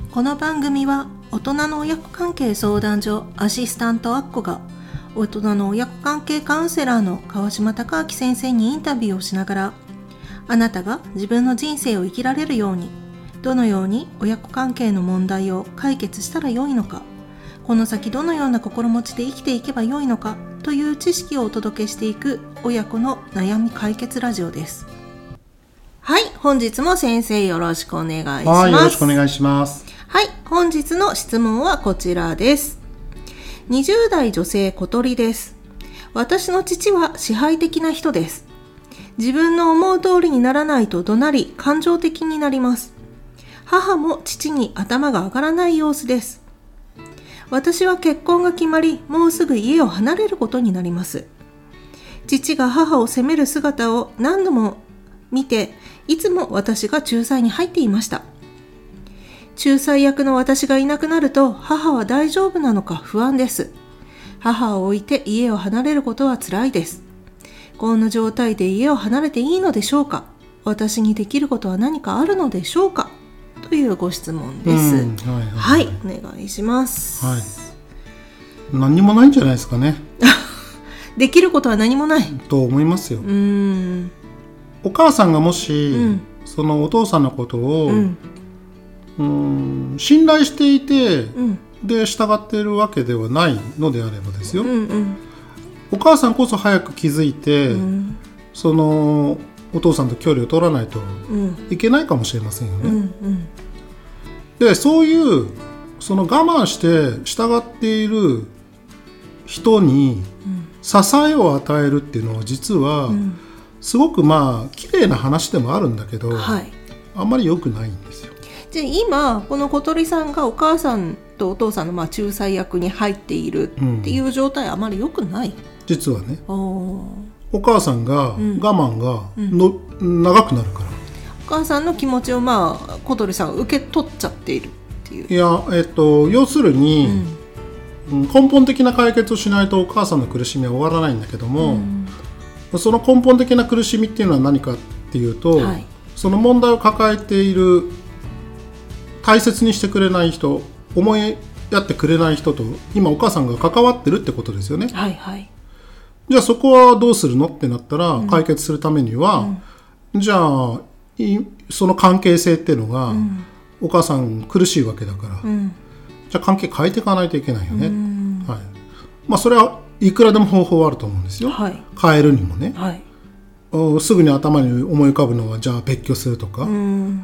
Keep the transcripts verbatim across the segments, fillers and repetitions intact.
この番組は大人の親子関係相談所アシスタントアッコが大人の親子関係カウンセラーの川島隆明先生にインタビューをしながら、あなたが自分の人生を生きられるように、どのように親子関係の問題を解決したらよいのか、この先どのような心持ちで生きていけばよいのかという知識をお届けしていく親子の悩み解決ラジオです。はい、本日も先生よろしくお願いします。 はい、よろしくお願いします。 はい、本日の質問はこちらです。にじゅう代女性小鳥です。私の父は支配的な人です。自分の思う通りにならないと怒鳴り、感情的になります。母も父に頭が上がらない様子です。私は結婚が決まり、もうすぐ家を離れることになります。父が母を責める姿を何度も見て、いつも私が仲裁に入っていました。仲裁役の私がいなくなると、母は大丈夫なのか不安です。母を置いて家を離れることは辛いです。こんな状態で家を離れていいのでしょうか？私にできることは何かあるのでしょうか？というご質問です。はい、はいはい、お願いします。 はい、何にもないんじゃないですかね。 できることは何もないと思いますよ。 うーん、 お母さんがもし、うん、そのお父さんのことを、うんうーん信頼していて、うん、で従っているわけではないのであればですよ、うんうん、お母さんこそ早く気づいて、うん、そのお父さんと距離を取らないといけないかもしれませんよね、うんうん、でそういうその我慢して従っている人に支えを与えるっていうのは実は、うん、すごくまあ綺麗な話でもあるんだけど、はい、あんまり良くないんですよ。 じゃあ今この小鳥さんがお母さんとお父さんのまあ仲裁役に入っているっていう状態はあまり良くない、うん、 実はね、お母さんが、うん、我慢がの、うん、長くなるから、 お母さんの気持ちをまあ小鳥さんが受け取っちゃっているっていう。 いや、えっと、要するに、うん、根本的な解決をしないとお母さんの苦しみは終わらないんだけども、うん、その根本的な苦しみっていうのは何かっていうと、はい、その問題を抱えている大切にしてくれない人、思いやってくれない人と今お母さんが関わってるってことですよね、はいはい、じゃあそこはどうするのってなったら、うん、解決するためには、うん、じゃあその関係性っていうのが、うん、お母さん苦しいわけだから、うん、じゃあ関係変えていかないといけないよね、うんはいまあ、それはいくらでも方法はあると思うんですよ、はい、変えるにもね、はいすぐに頭に思い浮かぶのはじゃあ別居するとか、うん、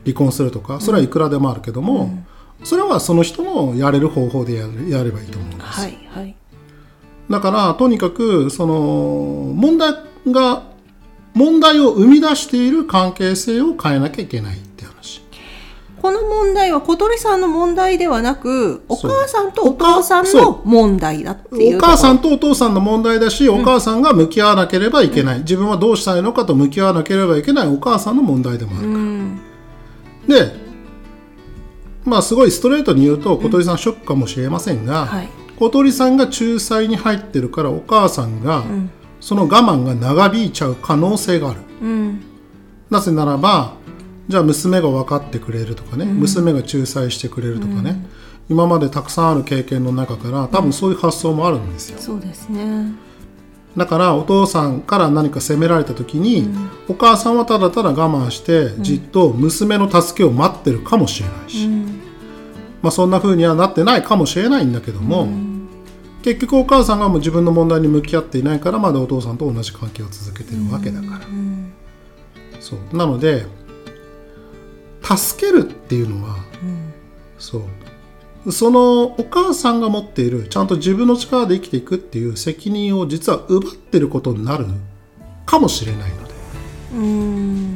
離婚するとかそれはいくらでもあるけども、うん、それはその人のやれる方法でやる、やればいいと思うんです、はいはい、だからとにかくその問題が問題を生み出している関係性を変えなきゃいけないって話。 この問題は小鳥さんの問題ではなくお母さんとお父さんの問題だっていう。 お母さんとお父さんの問題だし、うん、お母さんが向き合わなければいけない、うん、自分はどうしたいのかと向き合わなければいけないお母さんの問題でもあるから、うん、でまあすごいストレートに言うと小鳥さんショックかもしれませんが、うんはい、小鳥さんが仲裁に入ってるからお母さんが、うん、その我慢が長引いちゃう可能性がある、うん、なぜならばじゃあ娘が分かってくれるとかね、うん、娘が仲裁してくれるとかね、うん、今までたくさんある経験の中から多分そういう発想もあるんですよ、 うん、そうですね。 だからお父さんから何か責められた時に、うん、お母さんはただただ我慢してじっと娘の助けを待ってるかもしれないし、うんまあ、そんな風にはなってないかもしれないんだけども、うん、結局お母さんがもう自分の問題に向き合っていないからまだお父さんと同じ関係を続けてるわけだから、うん、そうなので助けるっていうのは、うん、そうそのお母さんが持っているちゃんと自分の力で生きていくっていう責任を実は奪ってることになるかもしれないので、うんうん、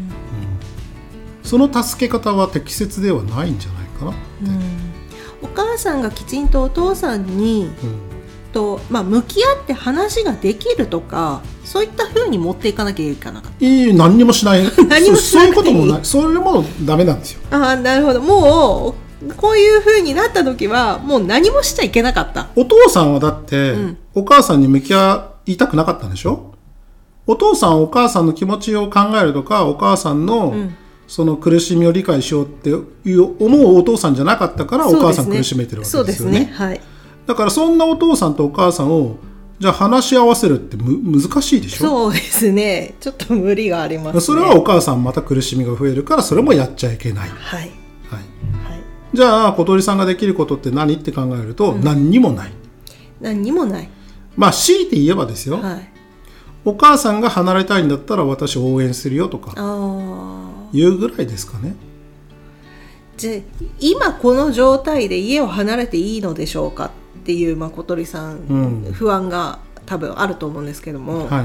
その助け方は適切ではないんじゃないかなって、うん、 お母さんがきちんとお父さんに、うんとまあ、向き合って話ができるとかそういった風に持っていかなきゃいけなかった。 いい何にもしない何もしなくていいそういうこともない。それもダメなんですよ。 あなるほど。もうこういう風になった時はもう何もしちゃいけなかった。 お父さんはだって、うん、お母さんに向き合いたくなかったんでしょ。お父さんお母さんの気持ちを考えるとかお母さんの、うん、 その苦しみを理解しようっていう思うお父さんじゃなかったからお母さん苦しめてるわけですよね。 そうですね、はい、 だからそんなお父さんとお母さんをじゃあ話し合わせるってむ難しいでしょ。 そうですね、ちょっと無理がありますね。 それはお母さんまた苦しみが増えるからそれもやっちゃいけない。 はい、はいはい、じゃあ小鳥さんができることって何って考えると、うん、何にもない。 何にもない。 まあ強いて言えばですよ、はい、お母さんが離れたいんだったら私応援するよとかいうぐらいですかね。 じゃあ今この状態で家を離れていいのでしょうかっていう、まあ、小鳥さん、うん、不安が多分あると思うんですけども、はい、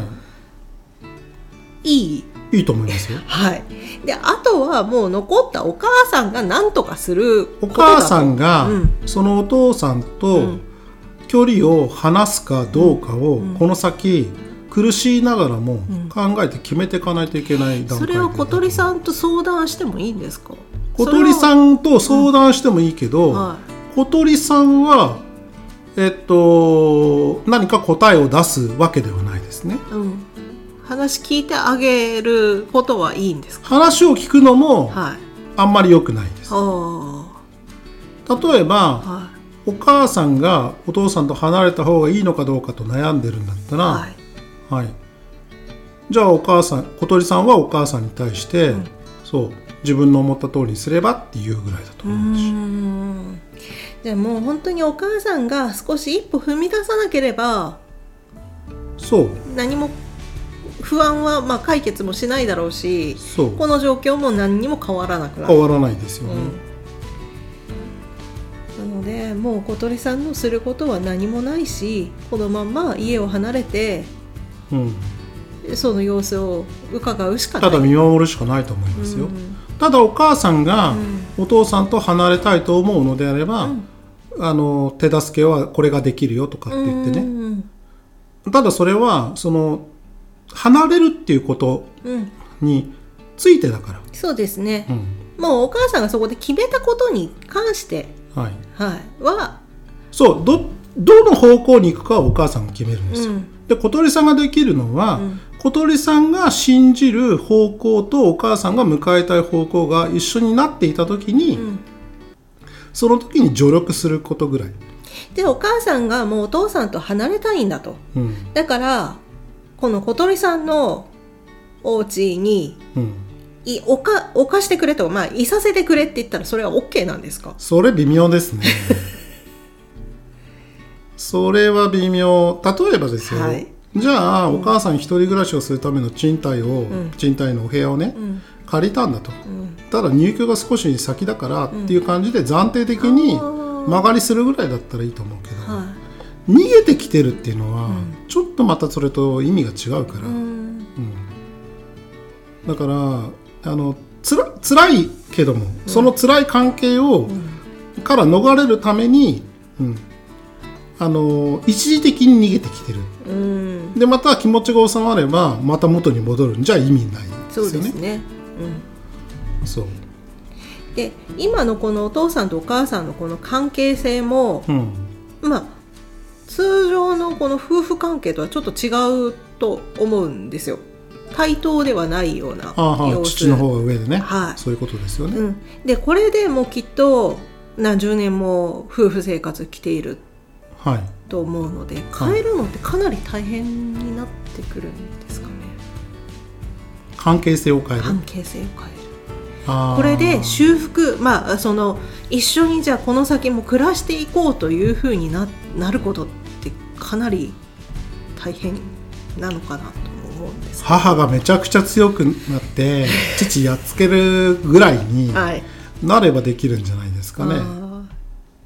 いいいいと思いますよ。 はい。であとはもう残ったお母さんが何とかすることだと。 お母さんが、うん、そのお父さんと距離を離すかどうかを、うん、この先苦しいながらも考えて決めていかないといけない段階で、 それを小鳥さんと相談してもいいんですか？ 小鳥さんと相談してもいいけど、うんはい、小鳥さんは、えっと、何か答えを出すわけではないですね、 うん、話聞いてあげることはいいんですか？ 話を聞くのもあんまり良くないです、はい、例えば、はい、お母さんがお父さんと離れた方がいいのかどうかと悩んでるんだったら、はいはい、じゃあお母さん小鳥さんはお母さんに対して、うん、そう自分の思った通りにすればっていうぐらいだと思うし、うーん、 じゃあもう本当にお母さんが少し一歩踏み出さなければそう何も不安はまあ解決もしないだろうし、そうこの状況も何にも変わらなくなる。 変わらないですよね、 うん、なのでもう小鳥さんのすることは何もないし、このまま家を離れて、うん、その様子を伺うしかない。 ただ見守るしかないと思いますよ、うん、ただお母さんがお父さんと離れたいと思うのであれば、うん、あの手助けはこれができるよとかって言ってね、うんうん、ただそれはその離れるっていうことについてだから、 うん、そうですね、うん、もうお母さんがそこで決めたことに関して、はいはい、はそう ど, どの方向に行くかはお母さんが決めるんですよ、うん、で小鳥さんができるのは、うん、小鳥さんが信じる方向とお母さんが迎えたい方向が一緒になっていた時に、うん、その時に助力することぐらいで、お母さんがもうお父さんと離れたいんだと、うん、だからこの小鳥さんのお家に、うん、い置か、置かしてくれと、まあ、いさせてくれって言ったらそれは OK なんですか？ それ微妙ですねそれは微妙。例えばですよ、はい、じゃあ、うん、お母さん一人暮らしをするための賃貸を、うん、賃貸のお部屋をね、うん、借りたんだと、うん、ただ入居が少し先だからっていう感じで暫定的に間借りするぐらいだったらいいと思うけど、はい、逃げてきてるっていうのは、うん、ちょっとまたそれと意味が違うから、うんうん、だからあのつら辛いけども、うん、その辛い関係を、うん、から逃れるために、うん、あの一時的に逃げてきてる、うん、でまた気持ちが収まればまた元に戻るんじゃ意味ないですよね。そうですね、うん、そうで今のこのお父さんとお母さんのこの関係性も、うん、まあ通常のこの夫婦関係とはちょっと違うと思うんですよ。対等ではないような様子。父の方が上でね、はい、そういうことですよね、うん、 でこれでもうきっと何十年も夫婦生活来ていると思うので、はい、変えるのってかなり大変になってくるんですかね。 関係性を変える関係性を変えるこれで修復、まあ、その一緒にじゃあこの先も暮らしていこうというふうに な, なることってかなり大変なのかなと思うんです。 母がめちゃくちゃ強くなって父やっつけるぐらいになればできるんじゃないですかね、はい、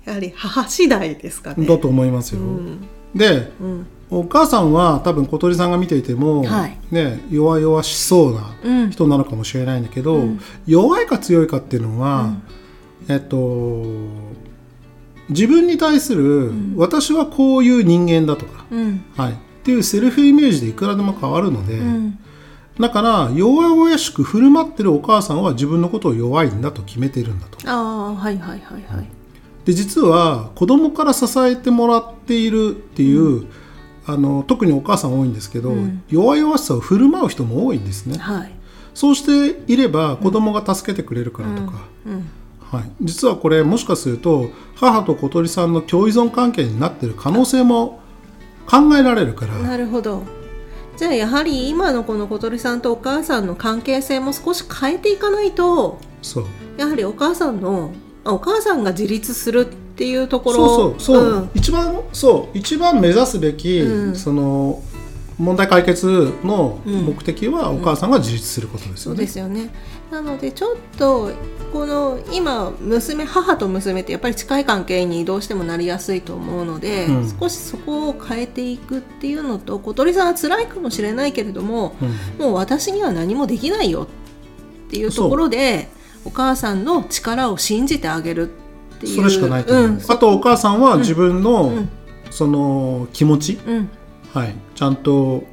やはり母次第ですかね。 だと思いますよ、うん、で、うん、お母さんは多分小鳥さんが見ていても、はいね、弱々しそうな人なのかもしれないんだけど、うん、弱いか強いかっていうのは、うんえっと、自分に対する、うん、私はこういう人間だとか、うんはい、っていうセルフイメージでいくらでも変わるので、うん、だから弱々しく振る舞ってるお母さんは自分のことを弱いんだと決めているんだと。 あ、はいはいはいはい。 で実は子供から支えてもらっているっていう、うん、あの特にお母さん多いんですけど、うん、弱々しさを振る舞う人も多いんですね、はい、 そうしていれば子供が助けてくれるからとか、 うんうんはい、実はこれもしかすると母と小鳥さんの共依存関係になっている可能性も考えられるから。 なるほど。じゃあやはり今のこの小鳥さんとお母さんの関係性も少し変えていかないと、 そうやはりお母さんのお母さんが自立するっていうところ、 そうそうそう、 うん、 一番そう一番目指すべき、うん、その問題解決の目的はお母さんが自立することですよね、 うんうん、そうですよね。なのでちょっとこの今娘母と娘ってやっぱり近い関係にどうしてもなりやすいと思うので、うん、少しそこを変えていくっていうのと、小鳥さんは辛いかもしれないけれども、うん、もう私には何もできないよっていうところでお母さんの力を信じてあげるっていう、 それしかないと思います、うん、あとお母さんは自分の、うん、その気持ち、うんはい、ちゃんと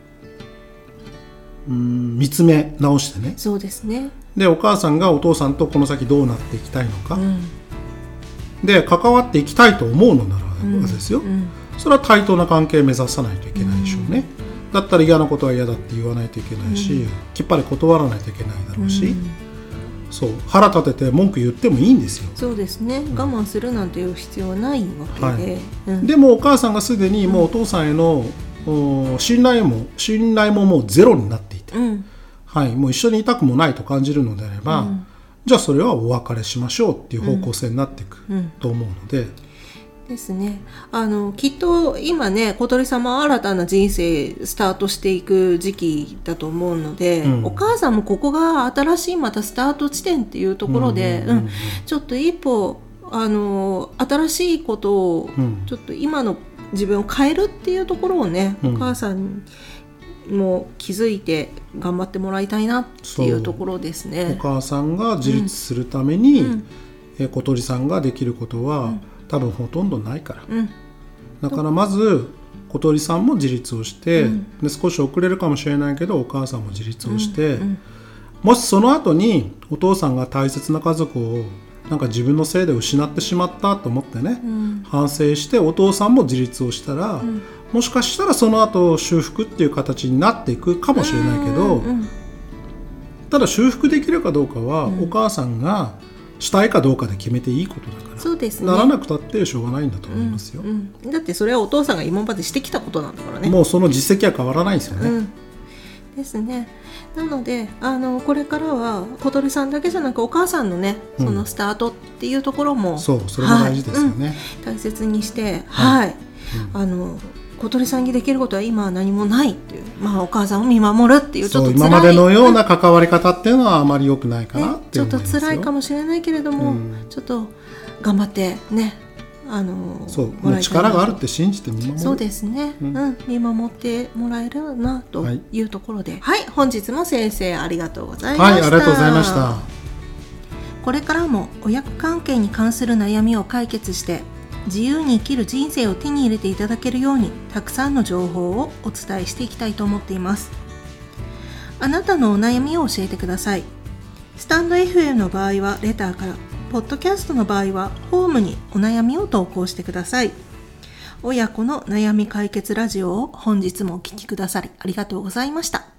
うん見つめ直してね。 そうですね。 でお母さんがお父さんとこの先どうなっていきたいのか、うん、で関わっていきたいと思うのならばですよ、うんうん、それは対等な関係を目指さないといけないでしょうね、うん、だったら嫌なことは嫌だって言わないといけないし、うん、きっぱり断らないといけないだろうし、うん、そう腹立てて文句言ってもいいんですよ。 そうですね、うん、我慢するなんていう必要はないわけで、はいうん、でもお母さんがすでにもうお父さんへの信頼も信頼ももうゼロになっていて、うんはい、もう一緒にいたくもないと感じるのであれば、うん、じゃあそれはお別れしましょうっていう方向性になっていくと思うので、うんうん、ですね。あのきっと今ね小鳥さんも新たな人生スタートしていく時期だと思うので、うん、お母さんもここが新しいまたスタート地点っていうところで、うんうんうんうん、ちょっと一歩あの新しいことを、うん、ちょっと今の自分を変えるっていうところをね、うん、お母さんも気づいて頑張ってもらいたいなっていうところですね。 お母さんが自立するために、うん、え小鳥さんができることは、うん、多分ほとんどないから、うん、だからまず小鳥さんも自立をして、うん、で少し遅れるかもしれないけどお母さんも自立をして、うんうん、もしその後にお父さんが大切な家族をなんか自分のせいで失ってしまったと思ってね、うん、反省してお父さんも自立をしたら、うん、もしかしたらその後修復っていう形になっていくかもしれないけど、うんうん、ただ修復できるかどうかは、うん、お母さんがしたいかどうかで決めていいことだから、 そうですね、 ならなくたってしょうがないんだと思いますよ、 うんうん、だってそれはお父さんが今までしてきたことなんだからね。 もうその実績は変わらないですよね、 うんですね。なのであのこれからは小鳥さんだけじゃなくお母さんのね、うん、そのスタートっていうところもそうそれも大事ですよね、はいうん、大切にしてはい、はいうん、あの小鳥さんにできることは今は何もないっていう、まあ、お母さんを見守るっていうちょっと辛い今までのような関わり方っていうのはあまり良くないかなって思いますよ、 ね、ちょっと辛いかもしれないけれども、うん、ちょっと頑張ってねあのそうもう力があるって信じて見守る。 そうですね、うんうん、見守ってもらえるなというところで、はい、はい、本日も先生ありがとうございました。 はい、ありがとうございました。 これからも親子関係に関する悩みを解決して自由に生きる人生を手に入れていただけるようにたくさんの情報をお伝えしていきたいと思っています。あなたのお悩みを教えてください。スタンド エフエム の場合はレターから、ポッドキャストの場合はホームにお悩みを投稿してください。親子の悩み解決ラジオを本日もお聞きくださりありがとうございました。